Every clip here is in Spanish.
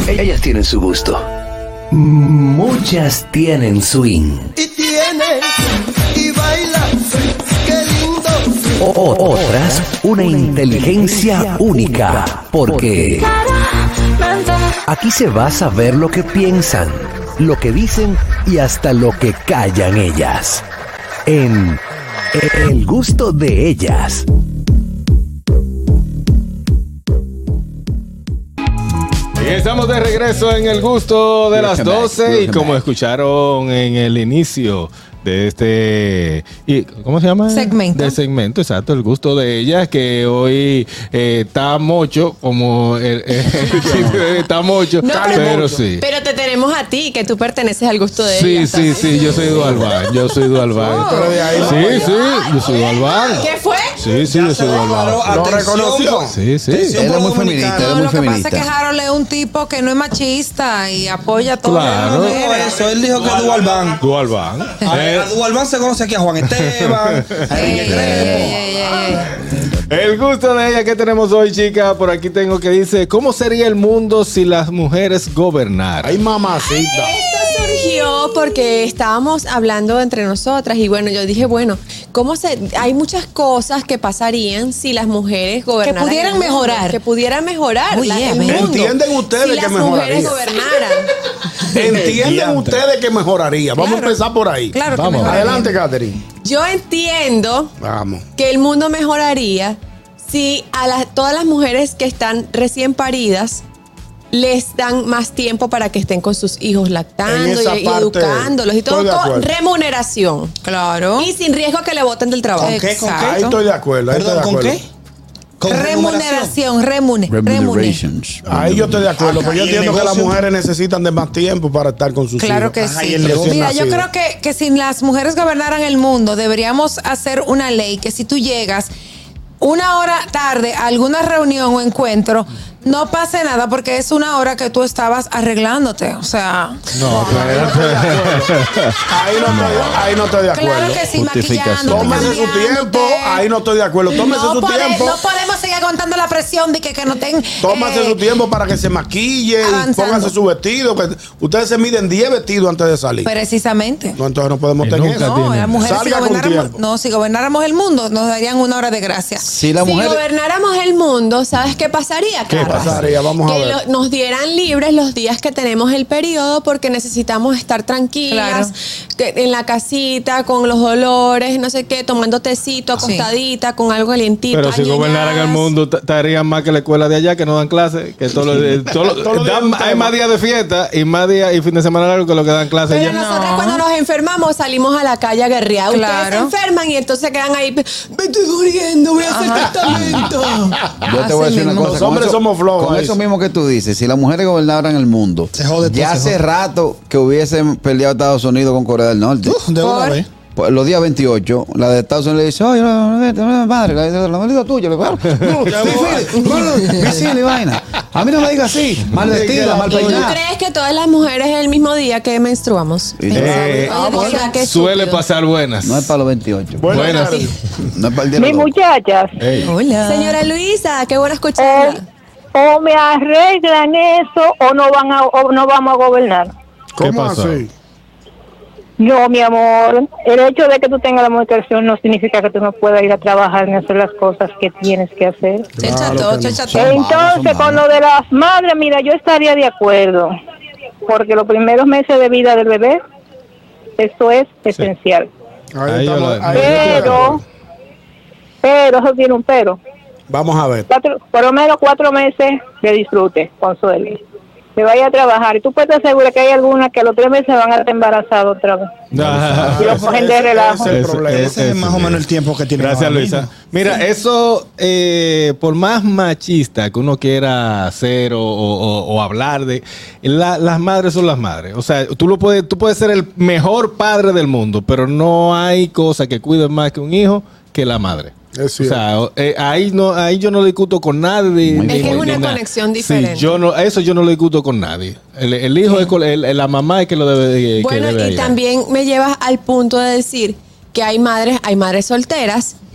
Ellas tienen su gusto. Muchas tienen swing. Y tiene, y baila, qué lindo. Otras, una inteligencia única. Porque aquí se va a saber lo que piensan, lo que dicen y hasta lo que callan ellas. En El Gusto de Ellas. Y estamos de regreso en El Gusto de las 12 y como escucharon en el inicio de este, ¿cómo se llama? Segmento. De segmento, exacto, El Gusto de Ellas, que hoy está mocho, como está mocho, No, pero sí. Pero te tenemos a ti, que tú perteneces al gusto de ella. Sí, yo soy Dualban, yo soy Dualban. Sí, yo soy Dualban. ¿Qué fue? Sí, yo soy Dualban. Lo reconoció. Sí. Él es muy feminista, No, lo que pasa es que Harold es un tipo que no es machista y apoya todo. Claro. No, eso, él dijo que Dualban. Dualban. A Dualban se conoce aquí a Juan Esteban, a Enrique Crespo. El gusto de ella que tenemos hoy, chica. Por aquí tengo que dice: ¿cómo sería el mundo si las mujeres gobernaran? Ay, mamacita. Esto surgió porque estábamos hablando entre nosotras y bueno, yo dije, bueno, hay muchas cosas que pasarían si las mujeres gobernaran. Que pudieran el mundo, mejorar. Que pudieran mejorar Uy, el yeah, mundo. ¿Entienden ustedes si que las mejoraría? mujeres gobernaran. ¿Entienden ustedes que mejoraría? Vamos a empezar por ahí. Claro que Vamos. mejoraría. Adelante, Catherine. Yo entiendo Vamos. que el mundo mejoraría si a todas las mujeres que están recién paridas les dan más tiempo para que estén con sus hijos En lactando esa y parte educándolos y todo estoy de con acuerdo. remuneración. Claro. Y sin riesgo que le boten del trabajo. ¿Con qué? ¿Con Exacto. Ahí estoy de acuerdo. Ahí Perdón, estoy de ¿con acuerdo. qué? Con Remuneración, Remunerations. Ahí yo estoy de acuerdo, pero yo ¿y el entiendo que las negocio? mujeres necesitan de más tiempo para estar con sus Claro hijos. que Ajá, y sí. el negocio Mira, yo nacido. creo que si las mujeres gobernaran el mundo, deberíamos hacer una ley que si tú llegas una hora tarde a alguna reunión o encuentro, no pase nada porque es una hora que tú estabas arreglándote. O sea, No, Ahí no estoy de acuerdo. claro que sí, Justificación. maquillándote, Tómese su tiempo. Ahí no estoy de acuerdo. Tómese su tiempo. No podemos seguir aguantando la presión de que no tengan. Tómase su tiempo para que se maquille y avanzando. póngase su vestido. Que ustedes se miden 10 vestidos antes de salir. Precisamente. No, entonces no podemos Y tener nunca eso. No, las mujeres Salga con tiempo. si gobernáramos el mundo, nos darían una hora de gracia. Si la Si mujer. gobernáramos el mundo, ¿sabes qué pasaría, ¿Qué Carlos? pasaría? Vamos a Que ver. nos dieran libres los días que tenemos el periodo porque necesitamos estar tranquilas en la casita con los dolores, no sé qué, tomando tecito, acostadita, con algo calientito. pero si gobernaran el mundo, estarían más que la escuela de allá que no dan clases. Que Todos los días un hay tema. más días de fiesta y más días y fin de semana largo que lo que dan clases Pero ya. nosotros cuando nos enfermamos salimos a la calle a guerrear. Ustedes se Claro. enferman y entonces quedan ahí, me estoy muriendo, voy a hacer testamento. Yo te voy a decir una mismo. cosa. Los con hombres eso- somos flojos Con a eso eso. mismo que tú dices, si las mujeres gobernaran el mundo, Se jode todo, ya se hace jode. rato que hubiesen peleado Estados Unidos con Corea del Norte. De una vez. Pues los días 28, la de Estados Unidos le dice: oye, madre, la marido tuya, le claro. Misil y vaina. A mí no me digas así, mal vestida, mal ¿Y tú peinada. crees que todas las mujeres el mismo día que menstruamos? Y- Oye, de verdad, qué Suele estúpido. pasar buenas. No es para los 28. Buenas. No es para el día de Mis los- muchachas, Hola. Señora Luisa, qué bueno escucharla. o me arreglan eso o no vamos a gobernar. ¿Qué ¿Cómo pasó? así? No, mi amor, el hecho de que tú tengas la menstruación no significa que tú no puedas ir a trabajar ni hacer las cosas que tienes que hacer. Checha Claro todo, que no. checha todo. Entonces, con lo de las madres, mira, yo estaría de acuerdo, porque los primeros meses de vida del bebé, eso es esencial. Ahí yo lo- ahí yo estoy de Pero, acuerdo. eso tiene un pero. Vamos a ver. Por lo menos 4 meses de disfrute, consuelo. Se vaya a trabajar. Y tú puedes asegurar que hay algunas que a los 3 meses van a estar embarazadas otra vez. Y lo cogen de relajo. Ese es el problema. Ese es más o menos el tiempo que tiene. Gracias, ahora Luisa. mismo. Mira, eso, por más machista que uno quiera hacer o hablar de, las madres son las madres. O sea, tú puedes ser el mejor padre del mundo, pero no hay cosa que cuide más que un hijo que la madre. Es cierto. O sea, ahí yo no discuto con nadie. Es que es una nada. conexión Sí, diferente. eso yo no lo discuto con nadie. El hijo es la mamá es que lo debe que Bueno, debe y ir. también me llevas al punto de decir que hay madres solteras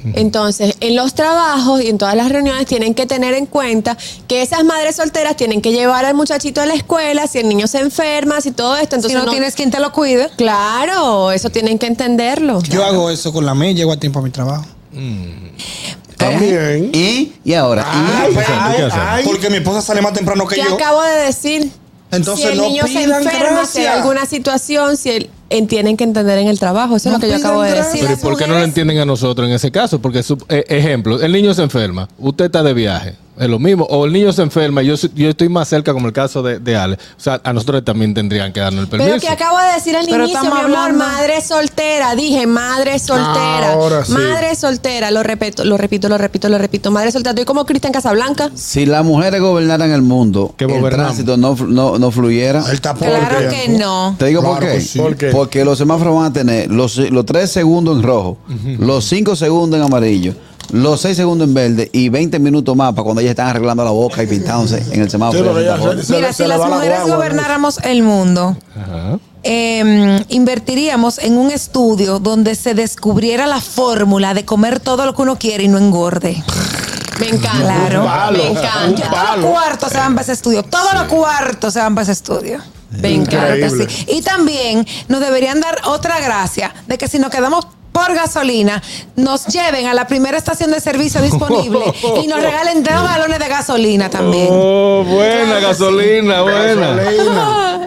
Entonces, en los trabajos y en todas las reuniones tienen que tener en cuenta que esas madres solteras tienen que llevar al muchachito a la escuela, si el niño se enferma, si todo esto. Entonces si no tienes quien te lo cuide. Claro, eso tienen que entenderlo. Yo hago eso con la mía y llego a tiempo a mi trabajo. También. Y ahora. Porque mi esposa sale más temprano que ¿Qué yo. acabo de decir? Entonces si el no niño se pidan enferma, si hay gracia. alguna situación, si él tienen que entender en el trabajo. Eso No es lo que yo pidan acabo de gracia. decir. Pero ¿y por qué no lo entienden a nosotros en ese caso? Porque, ejemplo, el niño se enferma, usted está de viaje, es lo mismo. O el niño se enferma, yo estoy más cerca, como el caso de Ale. O sea, a nosotros también tendrían que darnos el permiso. Pero que acabo de decir al Pero inicio, mi estamos amor, hablando- madre soltera. Dije madre soltera. Ahora sí. Madre soltera. Lo repito. Madre soltera. Estoy como Cristian Casablanca. Si las mujeres gobernaran el mundo, Que el gobernamos. tránsito no fluyera. El tapón. Claro que no. Te digo Claro por qué. que sí. ¿Por qué? Porque los semáforos van a tener los 3 segundos en rojo, los 5 segundos en amarillo, los 6 segundos en verde y 20 minutos más para cuando ellas están arreglando la boca y pintándose en el Sí, semáforo. porque ya se Mira, le si las va la mujeres guagua, gobernáramos el mundo, Ajá. invertiríamos en un estudio donde se descubriera la fórmula de comer todo lo que uno quiere y no engorde. Me encanta. Claro. palo, Me un encanta. Todos los cuartos se van para ese estudio. Todos los cuartos se van para ese estudio. Claro que Increíble. sí. Y también nos deberían dar otra gracia de que si nos quedamos por gasolina, nos lleven a la primera estación de servicio disponible y nos regalen 2 galones de gasolina también. Oh, buena gasolina, buena. Gasolina.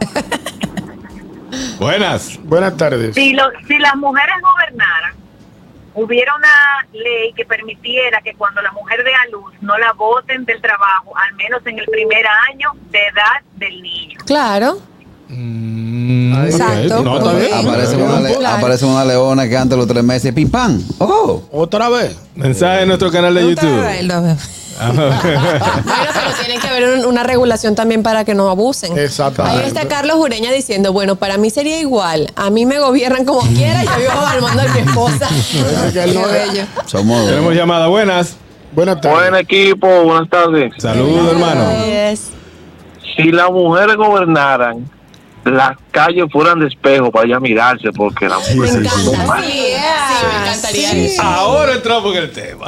Buenas. Buenas tardes. Si las mujeres gobernaran, hubiera una ley que permitiera que cuando la mujer dé a luz no la boten del trabajo, al menos en el primer año de edad del niño. Claro. Ok. Exacto. No, está bien. Aparece una leona que antes de los 3 meses, pim pam. Oh. Otra vez. Mensaje en nuestro canal de YouTube. Bueno, pero tienen que haber una regulación también para que no abusen. Exactamente. Ahí está Carlos Ureña diciendo, bueno, para mí sería igual. A mí me gobiernan como quiera y yo vivo al mando de mi esposa. que él no Qué es. bello. Somos. Tenemos llamada. Buenas. Buenas tardes. Buen equipo, buenas tardes. Saludos, hermano. Yes. Si las mujeres gobernaran, las calles fueran de espejo para ya mirarse, porque la Me mujer encanta. son mal. Sí, me encantaría eso. Ahora entramos en el tema.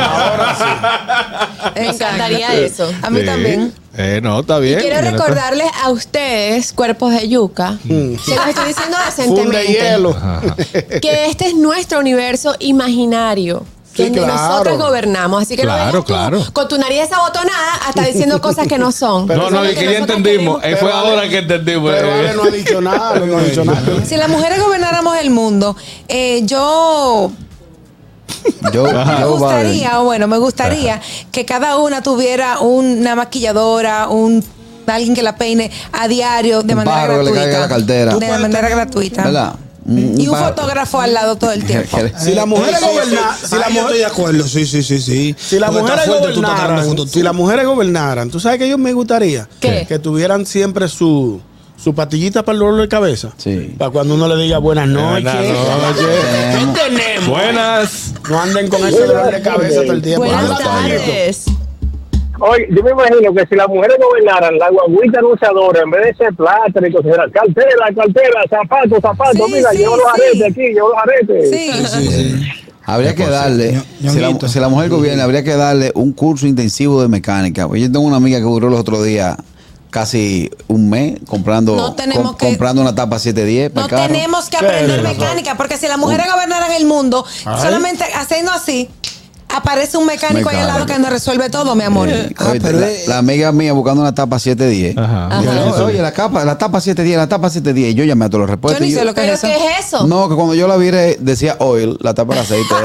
Me encantaría eso. A mí Sí. también. No, está bien. Quiero Mira, está- recordarles a ustedes, cuerpos de yuca, se los estoy diciendo Funde decentemente, hielo. que este es nuestro universo imaginario. Que Sí, claro. nosotros gobernamos, así que Claro, no vengas tú claro. con tu nariz desabotonada hasta diciendo cosas que no son. No, Son no, lo y que ya nosotros entendimos. queremos. Fue Pero ahora Ale- que entendimos. Pero Ale no ha dicho nada, no ha dicho nada. Si las mujeres gobernáramos el mundo, yo Yo, me gustaría que cada una tuviera una maquilladora, alguien que la peine a diario de Un manera pájaro que le gratuita. caiga la cartera. De manera gratuita. ¿Verdad? Y un pájaro. fotógrafo al lado todo el tiempo. Si las mujeres gobernaran, Si la mujer, estoy de acuerdo, sí. si las Porque mujeres está fuerte, tú estás sacando gobernaran, fotos tú. si las mujeres gobernaran, ¿tú sabes que yo me gustaría? ¿Qué? Que tuvieran siempre su pastillita para el dolor de cabeza. Sí. Para cuando uno le diga buenas noches. Buenas noches. ¿Qué tenemos? Buenas. No anden con ese dolor de cabeza todo el tiempo. Buenas Anda, tardes. Oye, yo me imagino que si las mujeres gobernaran, la guaguita anunciadora, en vez de ser plata, y considerar cartera, zapatos, Sí, mira, sí, llevo los sí. aretes aquí, llevo los aretes. Sí. Habría que darle, Ñonguito. si la mujer gobierna, habría que darle un curso intensivo de mecánica. Pues yo tengo una amiga que duró los otros días casi un mes comprando, No tenemos que- comprando una tapa 710 para No el carro. tenemos que aprender mecánica, porque si las mujeres gobernaran el mundo, solamente haciendo así, aparece un mecánico ahí al lado que nos resuelve todo, mi amor. Oye, pero la amiga mía buscando una tapa 710. Ajá. Dijo, oye, la tapa 710. Y yo llamé a todos los Yo repuestos. ni y sé yo- lo que ¿Pero es eso. qué es eso? No, que cuando yo la viré decía oil, la tapa de aceite.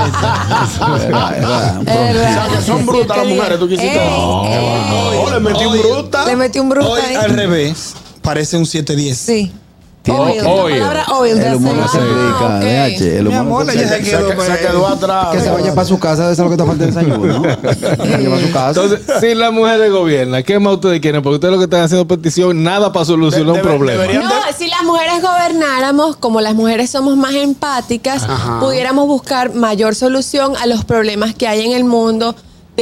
Era un O sea, que son brutas las mujeres, tú quisiste. Oh, le metí un bruta. Le metí un bruto Hoy ahí. al revés, parece un 710. Sí. Tiene Oil. que- La Oil. palabra oil de El humor no se aceite. explica, ok. DH. El Mi humor amor, no se ella se explica. quedó, Se quedó atrás. Que se vaya para su casa, eso es lo que te falta de desayuno. Que se vaya para su casa. Entonces, si las mujeres gobiernan, ¿qué más ustedes quieren? Porque ustedes lo que están haciendo petición, nada para solucionar un problema. deberían- No, si las mujeres gobernáramos, como las mujeres somos más empáticas, pudiéramos buscar mayor solución a los problemas que hay en el mundo.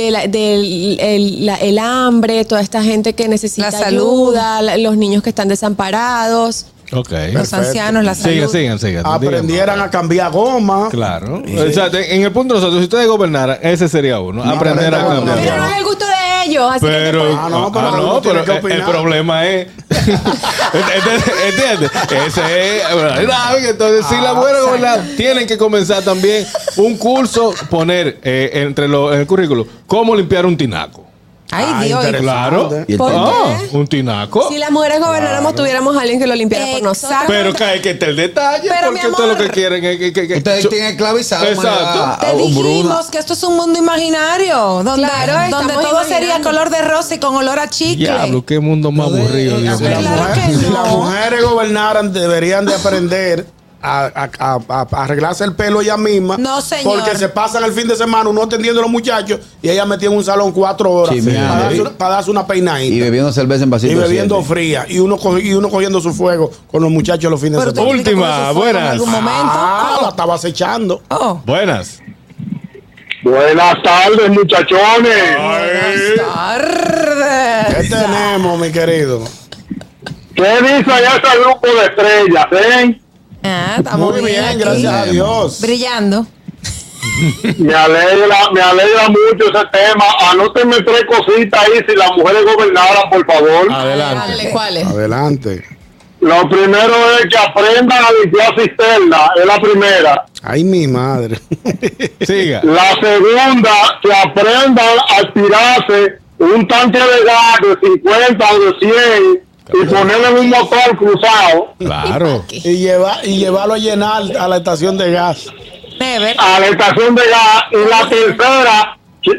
El hambre, toda esta gente que necesita La salud. ayuda, los niños que están desamparados. Ok. Los ancianos, la salud. Sigan. Aprendieran a cambiar goma. Claro. O sea, en el punto de nosotros, si ustedes gobernaran, ese sería uno. Aprender a cambiar. Pero no es el gusto de ellos. Así Pero, tiene que el opinar. problema es. ¿Entiendes? Ese es. Entonces, si la mujer gobernada, tienen que comenzar también un curso, poner en el currículo, cómo limpiar un tinaco. Ay, Dios. Claro. ¿Y el ¿Por tema? qué? Un tinaco. Si las mujeres gobernáramos, tuviéramos a alguien que lo limpiara por nosotros. Pero que hay que estar el detalle, Pero, porque mi ustedes lo amor, que quieren es que Ustedes tienen esclavizado. Exacto. Te dijimos que esto es un mundo imaginario, donde, Claro, donde estamos todo sería imaginando. color de rosa y con olor a chicle. Diablo, qué mundo más aburrido, Dios Si mío. Claro que si no. las mujeres gobernaran, deberían de aprender a arreglarse el pelo ellas mismas. No, señor. Porque se pasan el fin de semana uno atendiendo a los muchachos y ella metida en un salón 4 horas Sí, mira. para darse una peinadita. Y bebiendo cerveza en vasito. Y bebiendo 7. fría. Y uno cogiendo su fuego con los muchachos los fines Pero de usted semana. tiene que Última, comer su fuego en buenas. algún momento. La estaba acechando. Oh. Buenas. Buenas tardes, muchachones. Buenas tardes. ¿Qué tenemos, mi querido? ¿Qué dice allá ese grupo de estrellas, Ah, estamos Muy bien, aquí. gracias a Dios. Brillando. Me alegra mucho ese tema. Anótenme 3 cositas ahí si las mujeres gobernaran, por favor. Adelante. Dale, ¿cuáles? Adelante. Lo primero es que aprendan a limpiar cisterna, es la primera. Ay, mi madre. Siga. La segunda, que aprendan a tirarse un tanque de gas de 50 o de 100 y ponerle en un motor cruzado Claro. Y llevarlo a llenar a la estación de gas. Never. a la estación de gas. Y la tercera,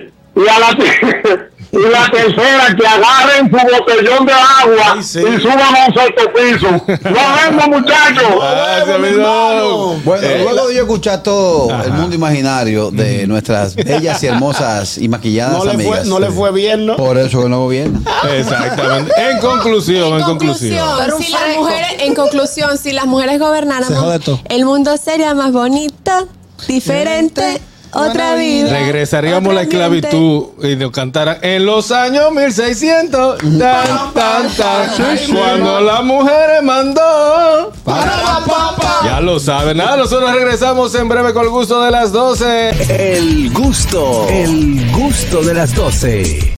y la tercera, que agarren su botellón de agua Ay, sí. y suban a un 6º piso. ¡No vemos, muchachos! Gracias, mi hermano. Bueno, luego de yo escuchar todo el mundo imaginario de nuestras bellas y hermosas y maquilladas amigas. No le fue bien, ¿no? Por eso que no gobierna. Exactamente. En conclusión. Pero un Si las fresco. mujeres, en conclusión, si las mujeres Se jode gobernáramos, todo. el mundo sería más bonito, diferente, otra vida. Regresaríamos a la otra ambiente. esclavitud y nos cantaran en los años 1600. Cuando las mujeres mandó. Ya lo saben. Nada, nosotros regresamos en breve con el gusto de las 12. El gusto de las 12.